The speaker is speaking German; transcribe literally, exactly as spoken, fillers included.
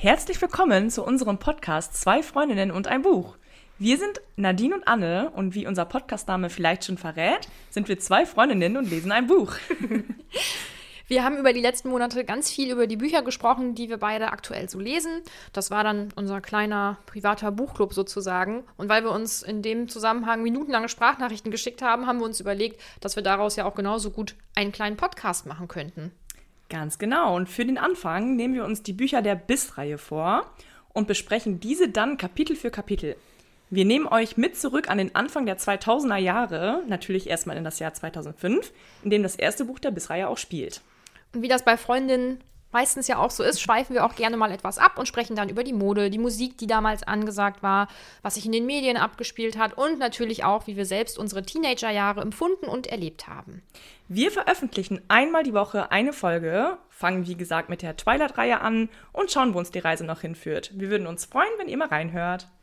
Herzlich willkommen zu unserem Podcast Zwei Freundinnen und ein Buch. Wir sind Nadine und Anne und wie unser Podcastname vielleicht schon verrät, sind wir zwei Freundinnen und lesen ein Buch. Wir haben über die letzten Monate ganz viel über die Bücher gesprochen, die wir beide aktuell so lesen. Das war dann unser kleiner privater Buchclub sozusagen. Und weil wir uns in dem Zusammenhang minutenlange Sprachnachrichten geschickt haben, haben wir uns überlegt, dass wir daraus ja auch genauso gut einen kleinen Podcast machen könnten. Ganz genau. Und für den Anfang nehmen wir uns die Bücher der Biss-Reihe vor und besprechen diese dann Kapitel für Kapitel. Wir nehmen euch mit zurück an den Anfang der zweitausender Jahre, natürlich erstmal in das Jahr zweitausendfünf, in dem das erste Buch der Biss-Reihe auch spielt. Und wie das bei Freundinnen meistens ja auch so ist, schweifen wir auch gerne mal etwas ab und sprechen dann über die Mode, die Musik, die damals angesagt war, was sich in den Medien abgespielt hat und natürlich auch, wie wir selbst unsere Teenagerjahre empfunden und erlebt haben. Wir veröffentlichen einmal die Woche eine Folge, fangen wie gesagt mit der Twilight-Reihe an und schauen, wo uns die Reise noch hinführt. Wir würden uns freuen, wenn ihr mal reinhört.